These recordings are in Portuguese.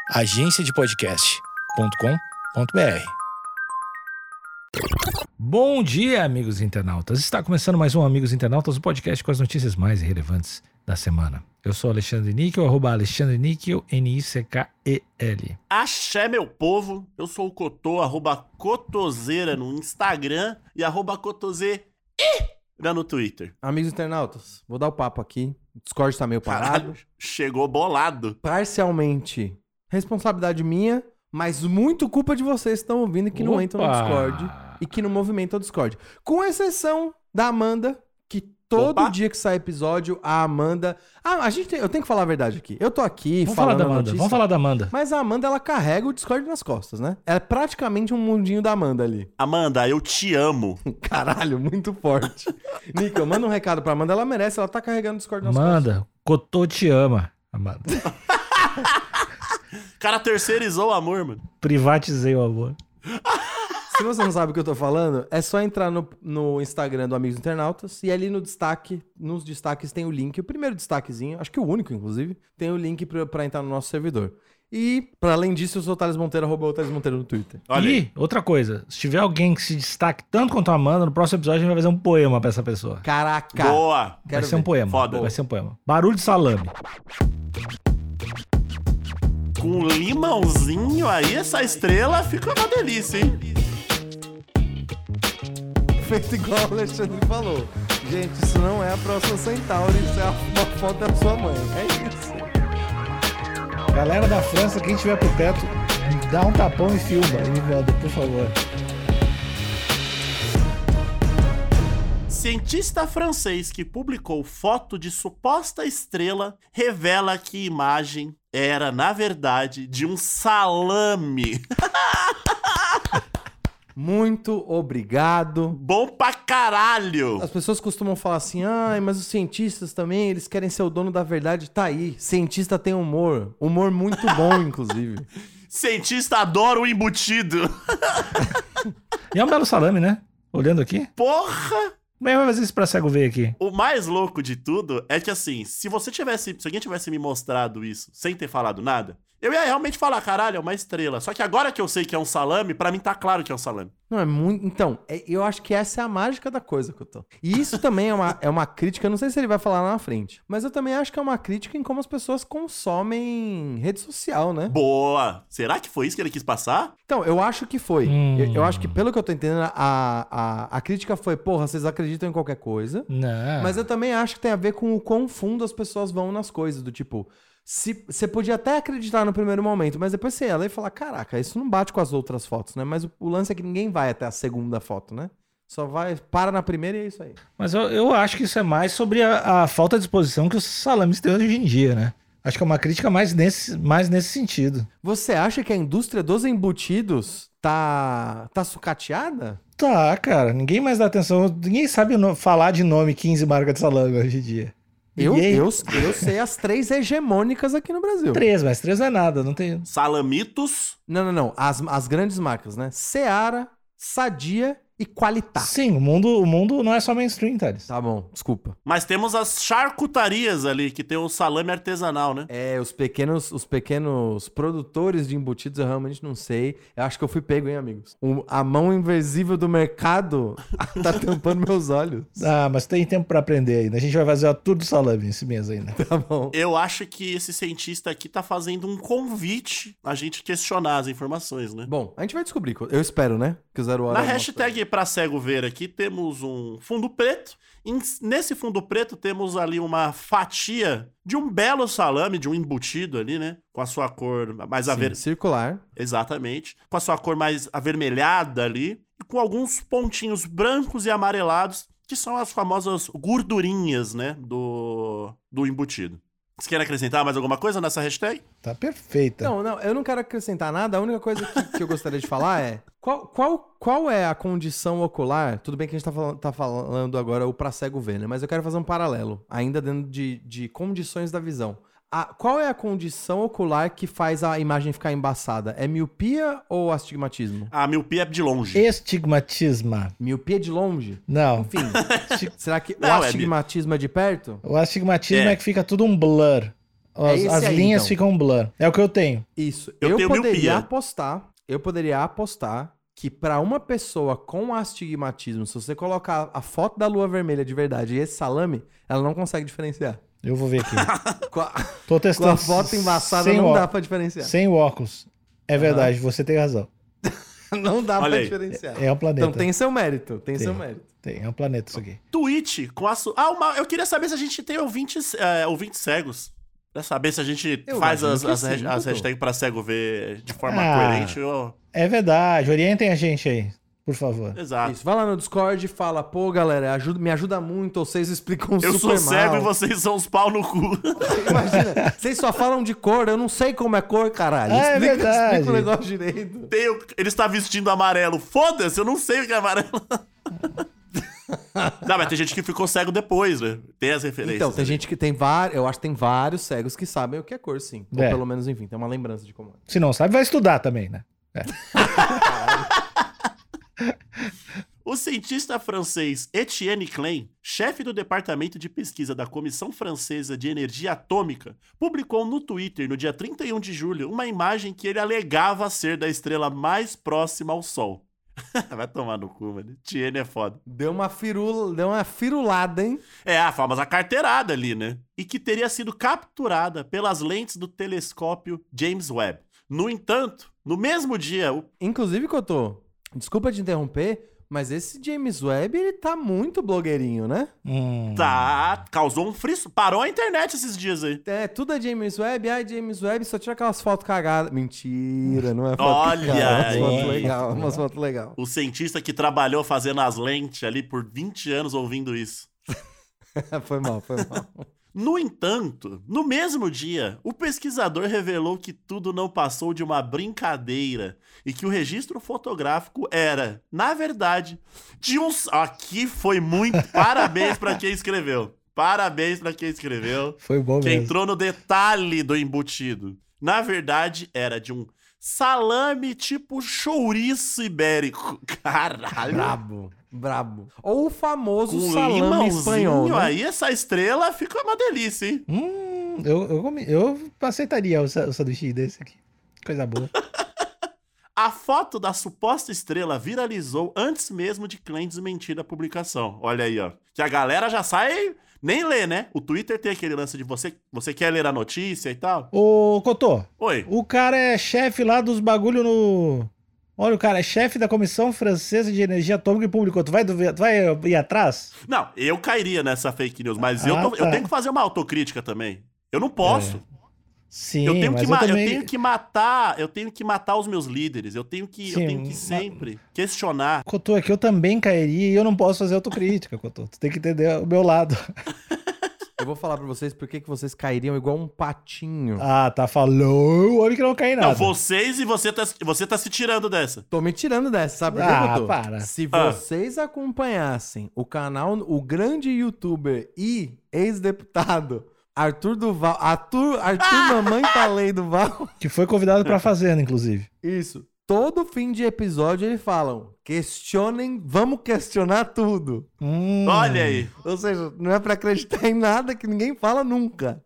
agenciadepodcast.com.br. Bom dia, amigos internautas. Está começando mais um Amigos Internautas, o podcast com as notícias mais relevantes da semana. Eu sou Alexandre Níquel, @AlexandreNíquel, Nickel. Axé, meu povo. Eu sou o Cotô, @Cotoseira no Instagram e @Cotoseira no Twitter. Amigos internautas, vou dar o papo aqui. O Discord tá meio parado. Caralho, chegou bolado. Parcialmente responsabilidade minha, mas muito culpa de vocês que estão ouvindo e que não entram no Discord e que não movimentam o Discord. Com exceção da Amanda, que todo dia que sai episódio, a Amanda... eu tenho que falar a verdade aqui. Eu tô aqui falando a notícia. Vamos falar da Amanda. Mas a Amanda, ela carrega o Discord nas costas, né? É praticamente um mundinho da Amanda ali. Amanda, eu te amo. Caralho, muito forte. Nico, manda um recado pra Amanda. Ela merece, ela tá carregando o Discord nas costas. Amanda, Cotô te ama, Amanda. O cara terceirizou o amor, mano. Privatizei o amor. Se você não sabe o que eu tô falando, é só entrar no Instagram do Amigos Internautas e ali no destaque, nos destaques tem o link, o primeiro destaquezinho, acho que o único, inclusive, tem o link pra entrar no nosso servidor. E, pra além disso, eu sou o Thales Monteiro, @o Thales Monteiro no Twitter. Olha aí. Outra coisa, se tiver alguém que se destaque tanto quanto a Amanda, no próximo episódio a gente vai fazer um poema pra essa pessoa. Caraca! Boa! Vai ser um poema. Foda. Vai ser um poema. Barulho de salame. Com um limãozinho aí, essa estrela fica uma delícia, hein? Feito igual o Alexandre falou. Gente, isso não é a próxima Centauri, isso é uma foto da sua mãe. É isso. Galera da França, quem estiver por perto, dá um tapão e filma. E me manda, por favor. Cientista francês que publicou foto de suposta estrela revela que a imagem era, na verdade, de um salame. Muito obrigado. Bom pra caralho! As pessoas costumam falar assim, mas os cientistas também, eles querem ser o dono da verdade. Tá aí, cientista tem humor. Humor muito bom, inclusive. Cientista adora o embutido. E é um belo salame, né? Olhando aqui. Porra! Como é que vai fazer isso pra cego ver aqui? O mais louco de tudo é que, assim, se alguém tivesse me mostrado isso sem ter falado nada, eu ia realmente falar, caralho, é uma estrela. Só que agora que eu sei que é um salame, pra mim tá claro que é um salame. Não, é muito... Então, eu acho que essa é a mágica da coisa, Couto. E isso também é uma crítica, eu não sei se ele vai falar lá na frente, mas eu também acho que é uma crítica em como as pessoas consomem rede social, né? Boa! Será que foi isso que ele quis passar? Então, eu acho que foi. Eu acho que, pelo que eu tô entendendo, a crítica foi, porra, vocês acreditam em qualquer coisa. Não. Mas eu também acho que tem a ver com o quão fundo as pessoas vão nas coisas, do tipo... Você podia até acreditar no primeiro momento, mas depois você ia lá e falar, caraca, isso não bate com as outras fotos, né? Mas o lance é que ninguém vai até a segunda foto, né? Só para na primeira e é isso aí. Mas eu acho que isso é mais sobre a falta de exposição que os salames têm hoje em dia, né? Acho que é uma crítica mais nesse sentido. Você acha que a indústria dos embutidos tá sucateada? Tá, cara. Ninguém mais dá atenção. Ninguém sabe falar de nome 15 marcas de salame hoje em dia. Eu sei as 3 hegemônicas aqui no Brasil. 3, mas 3 não é nada, não tem... Salamitos. Não. As grandes marcas, né? Seara, Sadia e Qualitá. Sim, o mundo não é só mainstream, Thales. Tá bom, desculpa. Mas temos as charcutarias ali, que tem o salame artesanal, né? É, os pequenos produtores de embutidos eu realmente não sei. Eu acho que eu fui pego, hein, amigos? A mão invisível do mercado tá tampando meus olhos. Ah, mas tem tempo pra aprender ainda. A gente vai fazer tudo salame esse mês ainda. Tá bom. Eu acho que esse cientista aqui tá fazendo um convite a gente questionar as informações, né? Bom, a gente vai descobrir. Eu espero, né? Que o Zero Hora... Na hashtag pra cego ver aqui, temos um fundo preto. Nesse fundo preto temos ali uma fatia de um belo salame, de um embutido ali, né? Com a sua cor mais circular. Exatamente. Com a sua cor mais avermelhada ali. E com alguns pontinhos brancos e amarelados, que são as famosas gordurinhas, né? Do embutido. Vocês querem acrescentar mais alguma coisa nessa hashtag? Tá perfeita. Não, eu não quero acrescentar nada. A única coisa que eu gostaria de falar é... Qual é a condição ocular? Tudo bem que a gente tá falando agora o pra cego ver, né? Mas eu quero fazer um paralelo, ainda dentro de condições da visão. Qual é a condição ocular que faz a imagem ficar embaçada? É miopia ou astigmatismo? A miopia é de longe. Estigmatisma. Miopia de longe? Não. Enfim, será que Não, o astigmatismo é de perto? O astigmatismo é que fica tudo um blur As linhas então. ficam blur. É o que eu tenho. Isso. Eu tenho miopia. Eu poderia apostar que pra uma pessoa com astigmatismo, se você colocar a foto da lua vermelha de verdade e esse salame, ela não consegue diferenciar. Eu vou ver aqui. Com a, Tô com testando. a foto embaçada sem não ó- dá pra diferenciar. Sem o óculos. É verdade, você tem razão. Não dá Olha pra aí. diferenciar. É um planeta. Então tem seu mérito, tem seu mérito. Tem, é um planeta isso aqui. Twitch com a... eu queria saber se a gente tem ouvintes cegos. Pra saber se a gente Eu faz imagino as que sim, Cotô. hashtags pra cego ver de forma Ah. coerente. É verdade, orientem a gente aí, por favor. Exato. Isso, vai lá no Discord e fala, pô, galera, me ajuda muito, vocês explicam Eu super sou cego mal. e vocês são os pau no cu. Imagina, vocês só falam de cor, eu não sei como é cor, caralho. É verdade. Explica o negócio direito. Ele está vestindo amarelo. Foda-se, eu não sei o que é amarelo. Não, mas tem gente que ficou cego depois, né? Tem as referências. Então, tem ali. gente que tem vários, eu acho que tem vários cegos que sabem o que é cor, sim. Ou É. pelo menos, enfim, tem uma lembrança de como é. Se não sabe, vai estudar também, né? O cientista francês Etienne Klein, chefe do departamento de pesquisa da Comissão Francesa de Energia Atômica, publicou no Twitter, no dia 31 de julho, uma imagem que ele alegava ser da estrela mais próxima ao Sol. Vai tomar no cu, mano. Etienne é foda. Deu uma firulada, hein? É, a famosa carteirada ali, né? E que teria sido capturada pelas lentes do telescópio James Webb. No entanto, no mesmo dia, Inclusive, Cotô, desculpa te interromper, mas esse James Webb, ele tá muito blogueirinho, né? causou um friso. Parou a internet esses dias aí. É, tudo é James Webb, James Webb só tira aquelas fotos cagadas. Mentira, não é foto Olha cagada. aí. Umas fotos legais. O cientista que trabalhou fazendo as lentes ali por 20 anos ouvindo isso. Foi mal. No entanto, no mesmo dia, o pesquisador revelou que tudo não passou de uma brincadeira e que o registro fotográfico era, na verdade, de um... Aqui foi muito... Parabéns pra quem escreveu. Parabéns pra quem escreveu. Foi bom Que mesmo. entrou no detalhe do embutido. Na verdade, era de um salame tipo chouriço ibérico. Caralho. Brabo. Ou o famoso Com salame limãozinho espanhol, né? aí, essa estrela fica uma delícia, hein? Eu aceitaria o sanduíche desse aqui. Coisa boa. A foto da suposta estrela viralizou antes mesmo de Klein desmentir a publicação. Olha aí, ó. Que a galera já sai... Nem lê, né? O Twitter tem aquele lance de você quer ler a notícia e tal. Ô, Cotô, Oi. o cara é chefe lá dos bagulho no... Olha, o cara é chefe da Comissão Francesa de Energia Atômica e publicou. Tu vai ir atrás? Não, eu cairia nessa fake news, mas eu tá. tenho que fazer uma autocrítica também. Eu não posso. Sim, Eu tenho, mas que eu também... eu tenho que matar os meus líderes. Eu tenho que sempre questionar. Cotô, é que eu também cairia e eu não posso fazer autocrítica, Cotô. Tu tem que entender o meu lado. Eu vou falar pra vocês por que vocês cairiam igual um patinho. Ah, tá falou. Olha que não cai nada. Não, vocês e você tá se tirando dessa. Tô me tirando dessa, sabe por quê, Ah, Cotô? para. Se vocês acompanhassem o canal, o grande youtuber e ex-deputado Arthur Duval, Arthur Mamãe Falei Duval, Que foi convidado pra Fazenda, inclusive. isso. Todo fim de episódio eles falam, questionem, vamos questionar tudo. Olha aí. Ou seja, não é pra acreditar em nada que ninguém fala nunca.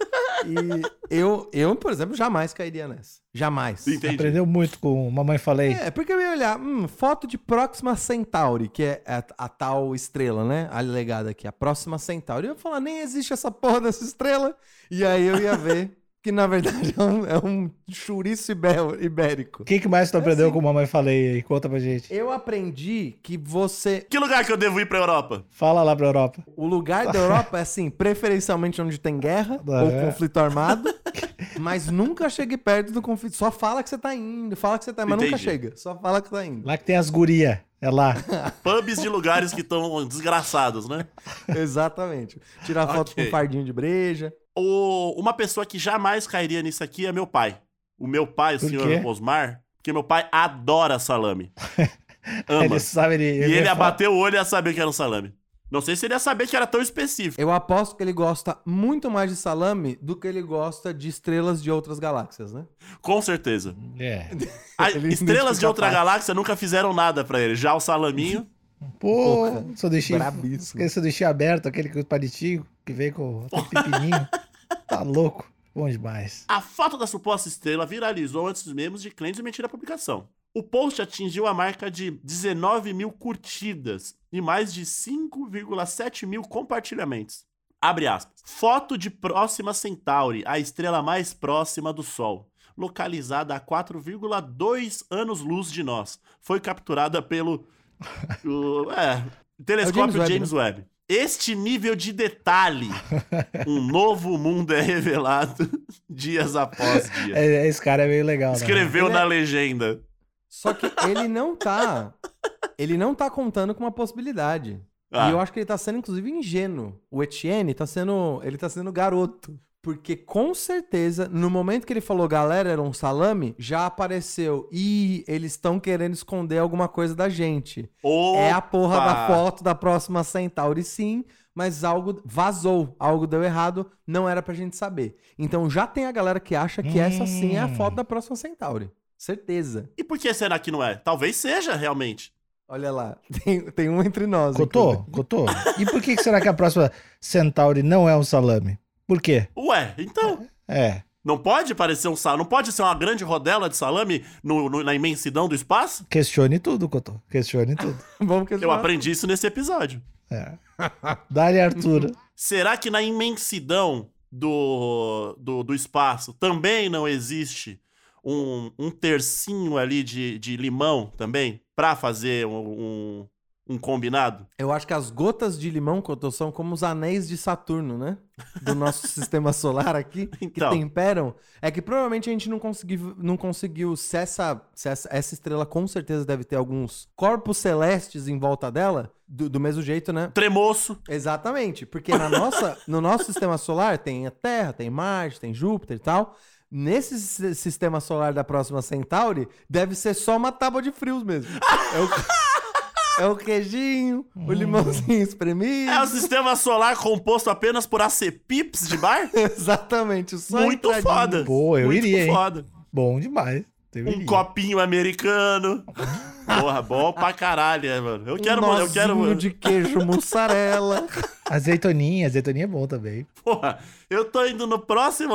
E eu, por exemplo, jamais cairia nessa. Jamais. Entendi. Aprendeu muito com Mamãe Falei. É, porque eu ia olhar, foto de Próxima Centauri, que é a tal estrela, né? Alegada aqui, a Próxima Centauri. Eu ia falar, nem existe essa porra dessa estrela. E aí eu ia ver que, na verdade, é um chouriço ibérico. O que mais tu aprendeu assim. com Mamãe Falei aí? Conta pra gente. Eu aprendi que você... Que lugar que eu devo ir pra Europa? Fala lá pra Europa. O lugar da Europa é, assim, preferencialmente onde tem guerra ou conflito armado, mas nunca chegue perto do conflito. Só fala que você tá indo, mas nunca Entendi. chega. Só fala que tá indo. Lá que tem as guria. É lá. Pubs de lugares que estão desgraçados, né? Exatamente. Tirar foto com Ok. fardinho de breja. Uma pessoa que jamais cairia nisso aqui é meu pai. O meu pai, o Por senhor quê? Osmar, porque meu pai adora salame. Ama. Ele sabe, E ele ia bater o olho e ia saber que era um salame. Não sei se ele ia saber que era tão específico. Eu aposto que ele gosta muito mais de salame do que ele gosta de estrelas de outras galáxias, né? Com certeza. É. Ele Estrelas de identifica outra fácil. galáxia nunca fizeram nada pra ele. Já o salaminho... Pô, Porra, sanduíche. brabíssimo. Aquele sanduíche aberto, aquele com o palitinho, que veio com aquele pepininho. Tá louco. Bom demais. A foto da suposta estrela viralizou antes mesmo de clientes admitir a publicação. O post atingiu a marca de 19 mil curtidas e mais de 5,7 mil compartilhamentos. Abre aspas. Foto de Próxima Centauri, a estrela mais próxima do Sol, localizada a 4,2 anos-luz de nós. Foi capturada pelo telescópio James Webb. Este nível de detalhe, um novo mundo é revelado dias após dia. Esse cara é meio legal, Escreveu na legenda. Só que ele não tá contando com uma possibilidade. E eu acho que ele tá sendo, inclusive, ingênuo. O Etienne ele tá sendo garoto. Porque, com certeza, no momento que ele falou, galera, era um salame, já apareceu. Ih, eles estão querendo esconder alguma coisa da gente. Opa! É a porra da foto da Próxima Centauri, sim, mas algo vazou, algo deu errado, não era pra gente saber. Então já tem a galera que acha que essa sim é a foto da Próxima Centauri. Certeza. E por que será que não é? Talvez seja, realmente. Olha lá, tem um entre nós. Cotô? E por que será que a Próxima Centauri não é um salame? Por quê? Ué, então... Não pode parecer um salame? Não pode ser uma grande rodela de salame na imensidão do espaço? Questione tudo, Cotô. Questione tudo. Vamos questionar. Eu aprendi isso nesse episódio. Dá-lhe Arthur. Será que na imensidão do espaço também não existe um tercinho ali de limão também? Pra fazer um combinado? Eu acho que as gotas de limão, Cotô, são como os anéis de Saturno, né? Do nosso sistema solar aqui, então, que temperam. É que provavelmente a gente não conseguiu se essa estrela com certeza deve ter alguns corpos celestes em volta dela, do mesmo jeito, né? Tremoço. Exatamente, porque no nosso sistema solar tem a Terra, tem Marte, tem Júpiter e tal. Nesse sistema solar da Próxima Centauri, deve ser só uma tábua de frios mesmo. É o queijinho, o limãozinho espremido. É o sistema solar composto apenas por acepipes de bar? Exatamente. Muito foda. Pô, eu muito iria, foda. Hein? Bom demais. Um copinho americano. Porra, bom pra caralho, mano. Eu quero, de queijo mussarela. Azeitoninha é bom também. Porra, eu tô indo no próximo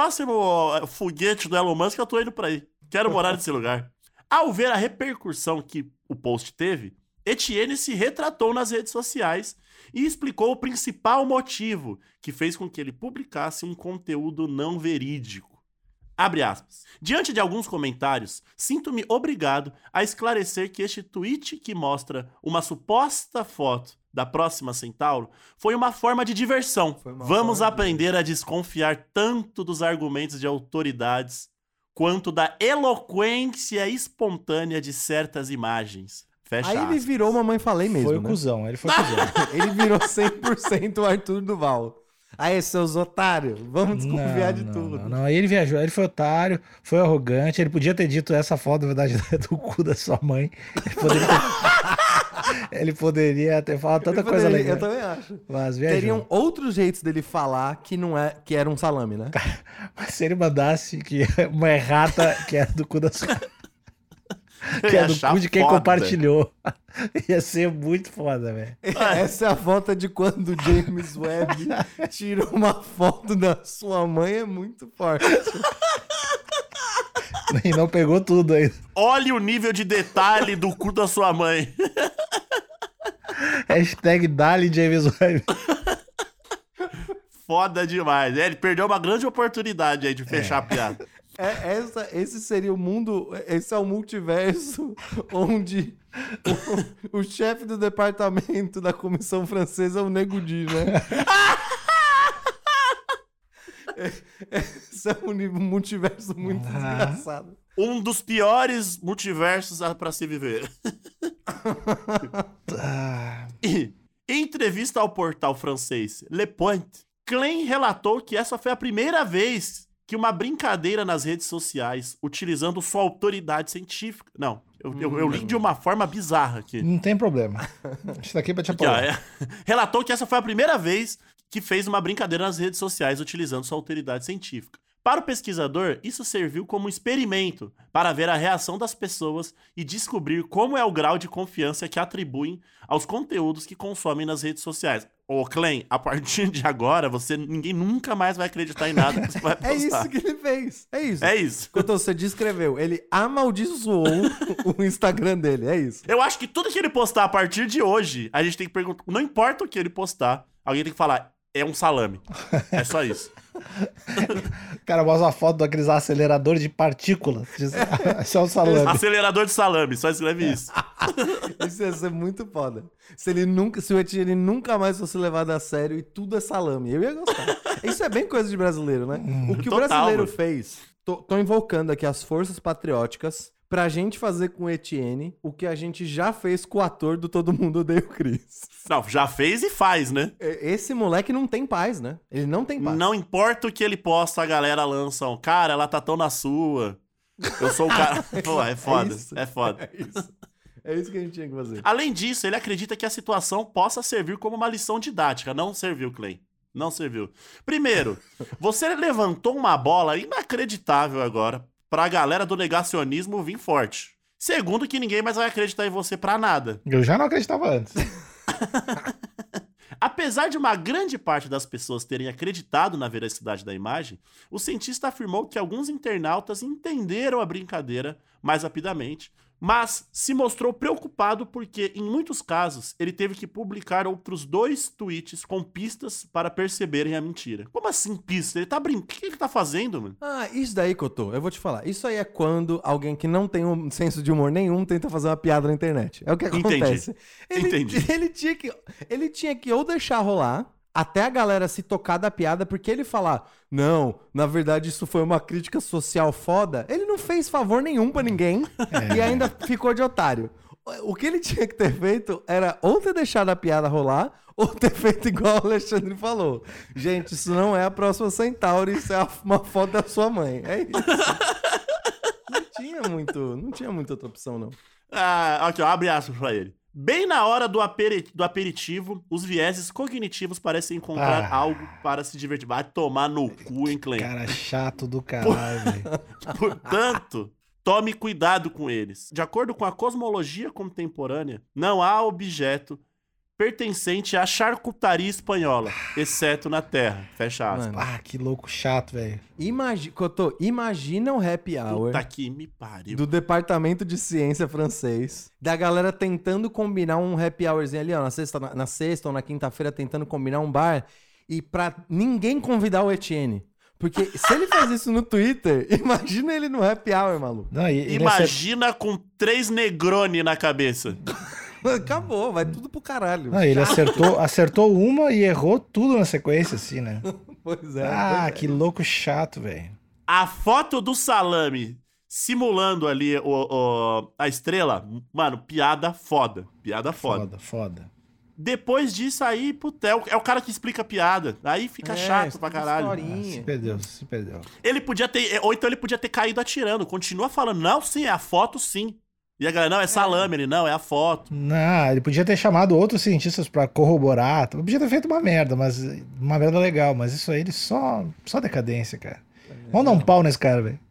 foguete do Elon Musk, eu tô indo pra aí. Quero morar nesse lugar. Ao ver a repercussão que o post teve, Etienne se retratou nas redes sociais e explicou o principal motivo que fez com que ele publicasse um conteúdo não verídico. Abre aspas. Diante de alguns comentários, sinto-me obrigado a esclarecer que este tweet que mostra uma suposta foto da Próxima Centauri foi uma forma de diversão. Vamos aprender a desconfiar tanto dos argumentos de autoridades quanto da eloquência espontânea de certas imagens. Fecha Aí aspas. ele virou Mamãe Falei mesmo, Foi né? cuzão, ele foi cuzão. Ele virou 100% o Arthur Duval. Aí, seus otários, vamos desconfiar de tudo. Não, aí ele viajou, ele foi otário, foi arrogante, ele podia ter dito essa foto, na verdade, é do cu da sua mãe. Ele poderia ter falado tanta coisa legal. Eu também acho. Mas viajou. Teriam outros jeitos dele falar que era um salame, né? Mas se ele mandasse que uma errata que era do cu da sua mãe. Que é do cu de quem foda. Compartilhou. Ia ser muito foda, velho. Essa é a foto de quando o James Webb tirou uma foto da sua mãe, é muito forte. E não pegou tudo ainda. Olha o nível de detalhe do cu da sua mãe. Hashtag Dali James Webb. Foda demais. Ele perdeu uma grande oportunidade aí de fechar a piada. Esse seria o mundo, esse é o multiverso onde o chefe do departamento da comissão francesa é o Nego Di, né? Esse é um multiverso muito desgraçado. Um dos piores multiversos pra se viver. E, em entrevista ao portal francês Le Point, Klein relatou que essa foi a primeira vez que uma brincadeira nas redes sociais, utilizando sua autoridade científica... Não, eu li de uma forma bizarra aqui. Não tem problema. Isso daqui é pra te apoiar. Relatou que essa foi a primeira vez que fez uma brincadeira nas redes sociais utilizando sua autoridade científica. Para o pesquisador, isso serviu como um experimento para ver a reação das pessoas e descobrir como é o grau de confiança que atribuem aos conteúdos que consomem nas redes sociais. Ô, Clem, a partir de agora, ninguém nunca mais vai acreditar em nada que você vai postar. É isso que ele fez. É isso. É isso. Quando você descreveu, ele amaldiçoou o Instagram dele. É isso. Eu acho que tudo que ele postar a partir de hoje, a gente tem que perguntar. Não importa o que ele postar, alguém tem que falar, é um salame. É só isso. O cara mostra uma foto daqueles aceleradores de partículas. Isso é um salame. Acelerador de salame, só escreve isso. Isso ia ser muito foda. Se o Etienne nunca mais fosse levado a sério e tudo é salame, eu ia gostar. Isso é bem coisa de brasileiro, né? O que Total, o brasileiro mano. fez, tô invocando aqui as forças patrióticas pra gente fazer com o Etienne o que a gente já fez com o ator do Todo Mundo Odeia o Chris. Não, já fez e faz, né? Esse moleque não tem paz, né? Ele não tem paz. Não importa o que ele posta, a galera lança um, cara, ela tá tão na sua. Eu sou o cara. Pô, é foda. isso. É foda. É isso. É isso que a gente tinha que fazer. Além disso, ele acredita que a situação possa servir como uma lição didática. Não serviu, Clay. Não serviu. Primeiro, você levantou uma bola inacreditável agora pra galera do negacionismo vir forte. Segundo, que ninguém mais vai acreditar em você pra nada. Eu já não acreditava antes. Apesar de uma grande parte das pessoas terem acreditado na veracidade da imagem, o cientista afirmou que alguns internautas entenderam a brincadeira mais rapidamente, mas se mostrou preocupado porque, em muitos casos, ele teve que publicar outros 2 tweets com pistas para perceberem a mentira. Como assim pista? Ele tá brincando? O que ele tá fazendo, mano? Ah, isso daí, Cotô, eu vou te falar. Isso aí é quando alguém que não tem um senso de humor nenhum tenta fazer uma piada na internet. É o que acontece. Entendi. Ele tinha que ou deixar rolar até a galera se tocar da piada, porque ele falar, não, na verdade isso foi uma crítica social foda, ele não fez favor nenhum pra ninguém e ainda ficou de otário. O que ele tinha que ter feito era ou ter deixado a piada rolar, ou ter feito igual o Alexandre falou. Gente, isso não é a próxima Centauri, isso é uma foto da sua mãe. É isso. Não tinha muita outra opção, não. Ah, aqui, ó, abre aspas pra ele. Bem na hora do aperitivo, os vieses cognitivos parecem encontrar algo para se divertir. Vai tomar no cu, hein, Clem? Cara chato do caralho, velho. Portanto, tome cuidado com eles. De acordo com a cosmologia contemporânea, não há objeto pertencente à charcutaria espanhola, exceto na Terra. Fecha aspas. Mano. Ah, que louco chato, velho. Cotô, imagina um happy hour Puta que me pariu. do Departamento de Ciência francês, da galera tentando combinar um happy hourzinho ali, ó, na sexta ou na quinta-feira, tentando combinar um bar, e pra ninguém convidar o Etienne. Porque se ele faz isso no Twitter, imagina ele no happy hour, maluco. Não, Imagina com 3 Negroni na cabeça. Acabou, vai tudo pro caralho. Não, ele acertou uma e errou tudo na sequência, assim, né? Pois é. Ah, que louco chato, velho. A foto do salame simulando ali a estrela, mano, piada foda. Piada foda. Foda. Depois disso aí, puta, é o cara que explica a piada. Aí fica chato pra caralho. Se perdeu. Ele podia ter, ou então ele podia ter caído atirando. Continua falando, não, sim, é a foto, sim. E a galera, não, é salame. Ele, não, é a foto. Não, ele podia ter chamado outros cientistas pra corroborar. Podia ter feito uma merda, mas uma merda legal. Mas isso aí, ele só decadência, cara. Vamos dar um pau nesse cara, velho.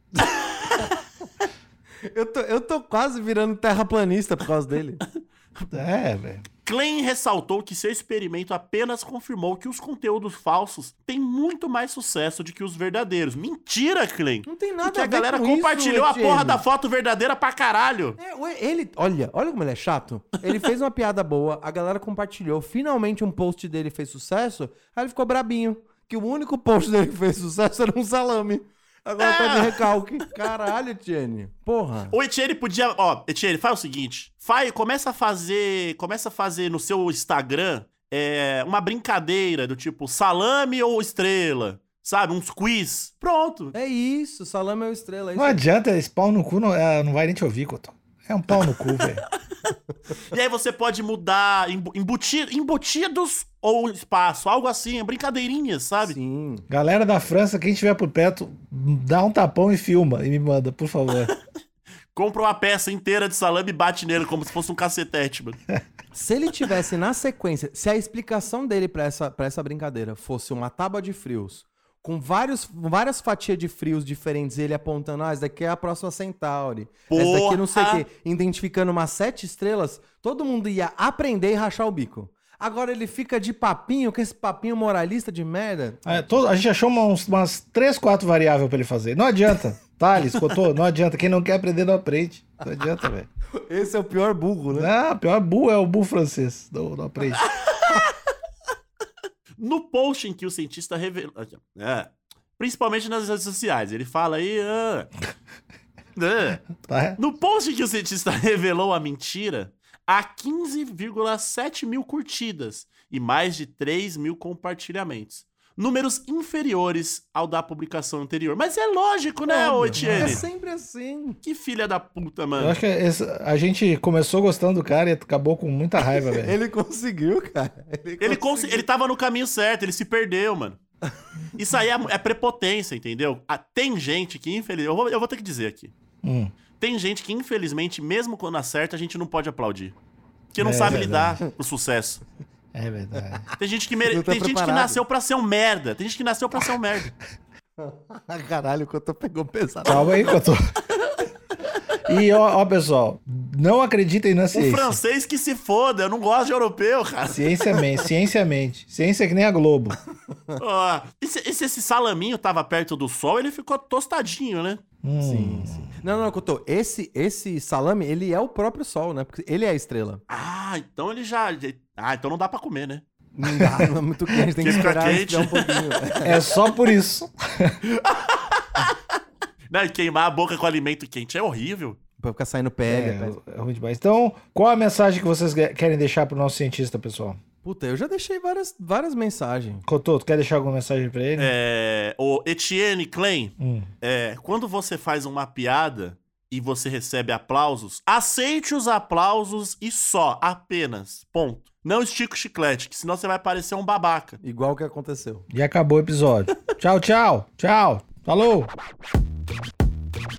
Eu tô quase virando terraplanista por causa dele. É, velho. Klein ressaltou que seu experimento apenas confirmou que os conteúdos falsos têm muito mais sucesso do que os verdadeiros. Mentira, Klein! Não tem nada Porque a a ver galera com compartilhou isso, a porra Etienne. da foto verdadeira pra caralho. Olha como ele é chato. Ele fez uma piada boa, a galera compartilhou. Finalmente um post dele fez sucesso, aí ele ficou brabinho. Que o único post dele que fez sucesso era um salame. Agora tá de recalque. Caralho, Etienne. Porra. O Etienne podia... Ó, Etienne, faz o seguinte. Começa a fazer no seu Instagram uma brincadeira do tipo salame ou estrela. Sabe? Uns quiz. Pronto. É isso, salame é o estrela. É isso Não aí. adianta, esse pau no cu não vai nem te ouvir, Cotô. É um pau no cu, velho. E aí você pode mudar embutidos ou espaço. Algo assim. Brincadeirinhas, sabe? Sim. Galera da França, quem estiver por perto, dá um tapão e filma. E me manda, por favor. Compra uma peça inteira de salame e bate nele como se fosse um cacetete, mano. Se ele tivesse na sequência, se a explicação dele pra essa brincadeira fosse uma tábua de frios, com várias fatias de frios diferentes, ele apontando, essa daqui é a próxima Centauri, essa daqui não sei o quê, identificando umas 7 estrelas, todo mundo ia aprender e rachar o bico. Agora ele fica de papinho, com esse papinho moralista de merda. A gente achou umas 3, 4 variáveis pra ele fazer. Não adianta. Thales, Cotô, não adianta. Quem não quer aprender, não aprende. Não adianta, velho. Esse é o pior burro, né? Não, o pior burro é o burro francês. Não aprende. No post em que o cientista revelou... principalmente nas redes sociais. Ele fala aí... Tá? No post em que o cientista revelou a mentira, há 15,7 mil curtidas e mais de 3 mil compartilhamentos. Números inferiores ao da publicação anterior. Mas é lógico, né, ô Etienne? É sempre assim. Que filha da puta, mano. Eu acho que a gente começou gostando do cara e acabou com muita raiva, velho. Ele conseguiu, cara. Ele tava no caminho certo, ele se perdeu, mano. Isso aí é prepotência, entendeu? Tem gente que, infelizmente... Eu vou ter que dizer aqui. Tem gente que, infelizmente, mesmo quando acerta, a gente não pode aplaudir. Porque não sabe lidar com o sucesso. É verdade. Tem gente que nasceu pra ser um merda. Caralho, o Cotô pegou pesado. Calma aí, Cotô. E, ó, pessoal, não acreditem na ciência. O francês que se foda, eu não gosto de europeu, cara. Ciência mente. Ciência é que nem a Globo. E se esse salaminho tava perto do sol, ele ficou tostadinho, né? Sim. Não, Cotô, esse salame, ele é o próprio sol, né? Porque ele é a estrela. Então ele já... então não dá pra comer, né? Não dá, não é muito quente, tem que esperar esfriar um pouquinho. É só por isso. Não, e queimar a boca com alimento quente é horrível. Pra ficar saindo pele. É ruim demais. Então, qual a mensagem que vocês querem deixar pro nosso cientista, pessoal? Puta, eu já deixei várias mensagens. Cotô, tu quer deixar alguma mensagem pra ele? O Etienne Klein, quando você faz uma piada e você recebe aplausos, aceite os aplausos e apenas, ponto. Não estica o chiclete, que senão você vai parecer um babaca. Igual o que aconteceu. E acabou o episódio. Tchau. Falou!